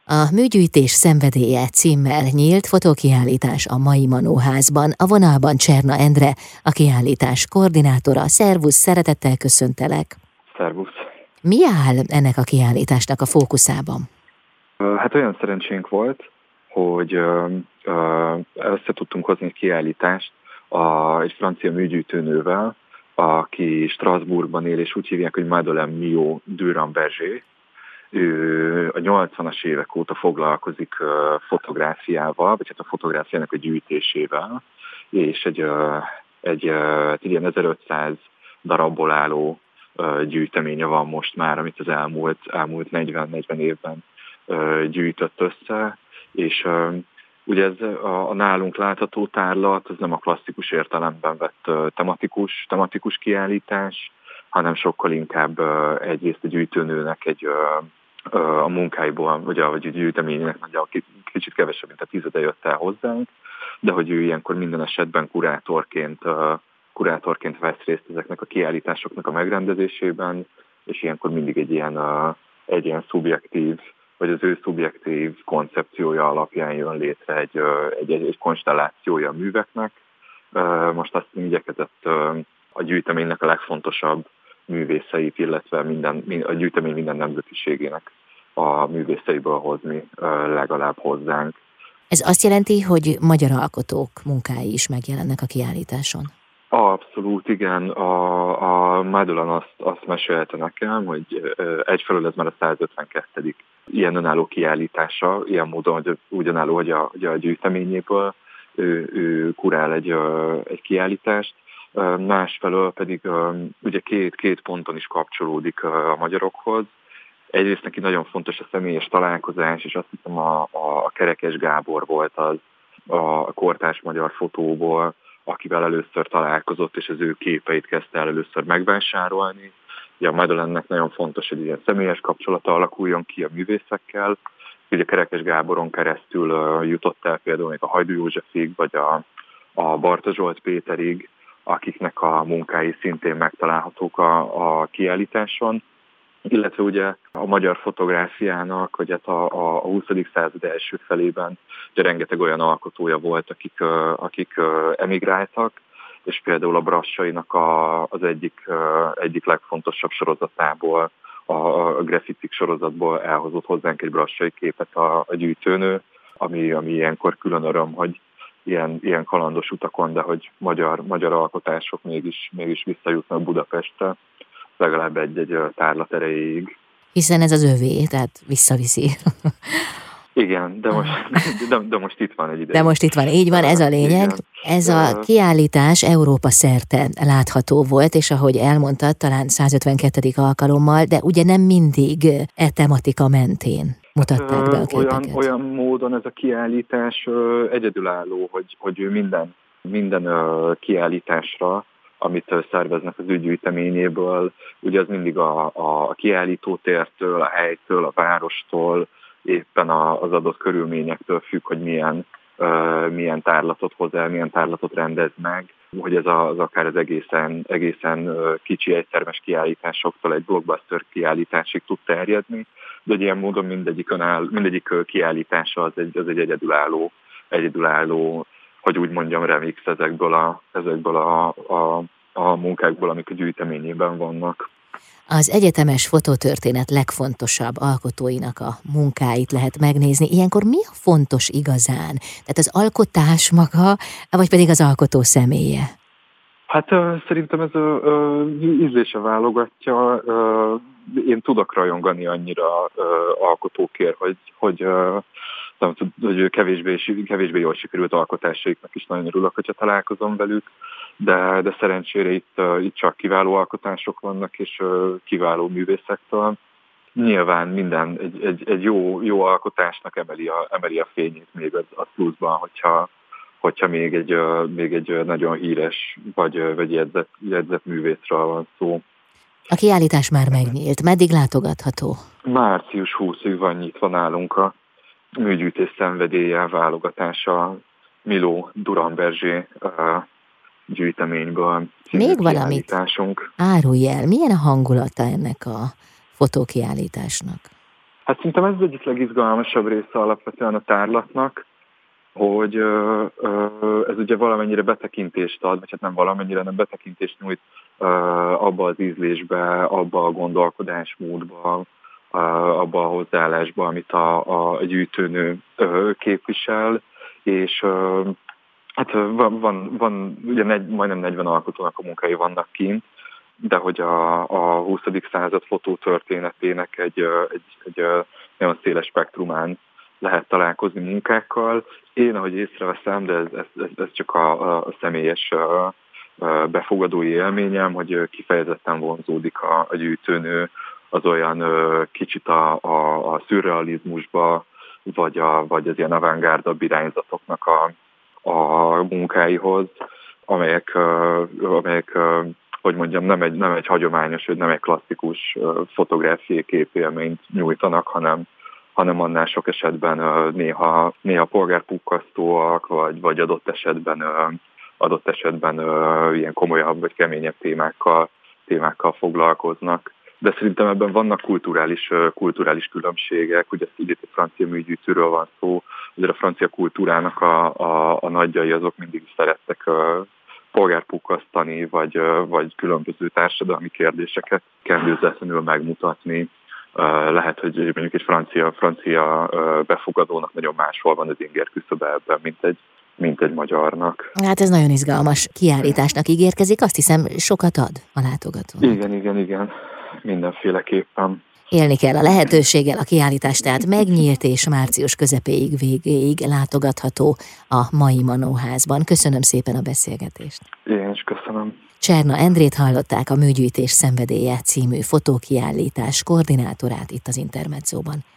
A Műgyűjtés szenvedélye címmel nyílt fotókiállítás a Mai Manóházban, a vonalban Cserna Endre, a kiállítás koordinátora. Szervusz, szeretettel köszöntelek! Szervusz! Mi áll ennek a kiállításnak a fókuszában? Hát olyan szerencsénk volt, hogy össze tudtunk hozni egy kiállítást egy francia műgyűjtőnővel, aki Strasbourgban él, és úgy hívják, hogy Madeleine Mio Durand-Berger. Ő a 80-as évek óta foglalkozik fotográfiával, vagy hát a fotográfiának a gyűjtésével, és egy ilyen 1500 darabból álló gyűjteménye van most már, amit az elmúlt 40 évben gyűjtött össze, és ugye ez a nálunk látható tárlat, ez nem a klasszikus értelemben vett tematikus kiállítás, hanem sokkal inkább egyrészt a gyűjtőnőnek a munkáiból, vagy a gyűjteménynek kicsit kevesebb, mint a tizede jött el hozzánk, de hogy ő ilyenkor minden esetben kurátorként vesz részt ezeknek a kiállításoknak a megrendezésében, és ilyenkor mindig egy ilyen szubjektív, vagy az ő szubjektív koncepciója alapján jön létre egy konstellációja a műveknek. Most azt igyekezett a gyűjteménynek a legfontosabb művészeit, illetve a gyűjtemény minden nemzetiségének a művészeiből hozni legalább hozzánk. Ez azt jelenti, hogy magyar alkotók munkái is megjelennek a kiállításon? Abszolút, igen. A Madeleine azt mesélte nekem, hogy egyfelől ez már a 152. ilyen önálló kiállítása, ilyen módon, hogy ugyanálló, hogy a gyűjteményéből ő kurál egy kiállítást. Másfelől pedig ugye két ponton is kapcsolódik a magyarokhoz. Egyrészt neki nagyon fontos a személyes találkozás, és azt hiszem a Kerekes Gábor volt az a kortárs magyar fotóból, akivel először találkozott, és az ő képeit kezdte el először megvásárolni. Ugye a Madeleine-nek nagyon fontos, hogy ilyen személyes kapcsolata alakuljon ki a művészekkel. Ugye a Kerekes Gáboron keresztül jutott el például még a Hajdú Józsefig, vagy a Barta Zsolt Péterig, akiknek a munkái szintén megtalálhatók a kiállításon. Illetve ugye a magyar fotográfiának, vagy hát a 20. század első felében ugye rengeteg olyan alkotója volt, akik emigráltak, és például a Brassainak az egyik legfontosabb sorozatából, a grafitik sorozatból elhozott hozzánk egy brassai képet a gyűjtőnő, ami ilyenkor külön öröm, hogy ilyen kalandos utakon, de hogy magyar alkotások mégis visszajutnak Budapestre, legalább egy tárlat erejéig. Hiszen ez az övé, tehát visszaviszi. Igen, de most itt van egy ideig. De most itt van, így van, ez a lényeg. Igen. Ez a kiállítás Európa szerte látható volt, és ahogy elmondtad, talán 152. alkalommal, de ugye nem mindig tematika mentén mutatták be a képeket. Olyan módon ez a kiállítás egyedülálló, hogy ő minden kiállításra, amit szerveznek az ő gyűjteményéből, ugye az mindig a kiállítótértől, a helytől, a várostól, éppen az adott körülményektől függ, hogy milyen tárlatot hoz el, milyen tárlatot rendez meg, hogy ez az akár az egészen kicsi egyszermes kiállításoktól egy blockbuster kiállításig tud terjedni, de ilyen módon mindegyik kiállítása az egy egyedülálló, hogy úgy mondjam, remix ezekből a munkákból, amik a gyűjteményében vannak. Az egyetemes fotótörténet legfontosabb alkotóinak a munkáit lehet megnézni. Ilyenkor mi a fontos igazán? Tehát az alkotás maga, vagy pedig az alkotó személye? Hát szerintem ez ízlése válogatja. Én tudok rajongani annyira alkotókért, hogy kevésbé jól sikerült alkotásaiknak is nagyon örülök, hogyha találkozom velük, de szerencsére itt csak kiváló alkotások vannak, és kiváló művészektől. Nyilván egy jó alkotásnak emeli a fényét még az pluszban, hogyha még egy nagyon híres vagy jegyzett művészről van szó. A kiállítás már megnyílt. Meddig látogatható? Március 20-ig van nyitva nálunk a Műgyűjtés szenvedélye válogatása Milo Durand-Berger gyűjteményből. Még valamit árulj el. Milyen a hangulata ennek a fotókiállításnak? Hát szerintem ez az egyik legizgalmasabb része alapvetően a tárlatnak, hogy ez ugye valamennyire betekintést ad, vagy hát nem valamennyire, nem betekintést nyújt abba az ízlésbe, abba a gondolkodásmódba, abba a hozzáállásba, amit a gyűjtőnő képvisel, és hát van ugye majdnem 40 alkotónak a munkái vannak kint, de hogy a 20. század fotótörténetének egy nagyon széles spektrumán lehet találkozni munkákkal. Én, ahogy észreveszem, de ez csak a személyes befogadói élményem, hogy kifejezetten vonzódik a gyűjtőnő az olyan kicsit a szürrealizmusba, vagy az ilyen avantgárdabb irányzatoknak a munkáihoz, amelyek hogy mondjam, nem egy hagyományos, vagy nem egy klasszikus fotográfiai képélményt nyújtanak, hanem annál sok esetben néha polgárpukkasztóak, vagy adott esetben ilyen komolyabb vagy keményebb témákkal foglalkoznak. De szerintem ebben vannak kulturális különbségek, ugye itt a francia műgyűjtőről van szó, azért a francia kultúrának a nagyjai azok mindig szerettek polgárpukkasztani, vagy különböző társadalmi kérdéseket kendőzetlenül megmutatni. Lehet, hogy mondjuk egy francia befogadónak nagyon máshol van az inger küszöbe ebben, mint egy magyarnak. Hát ez nagyon izgalmas kiállításnak ígérkezik, azt hiszem sokat ad a látogatónak. Igen, mindenféleképpen. Élni kell a lehetőséggel, a kiállítás tehát megnyílt, és március közepéig, végéig látogatható a mai Manóházban. Köszönöm szépen a beszélgetést. Én is köszönöm. Cserna Endrét hallották, a Műgyűjtés szenvedélye című fotókiállítás koordinátorát itt az Intermedzóban.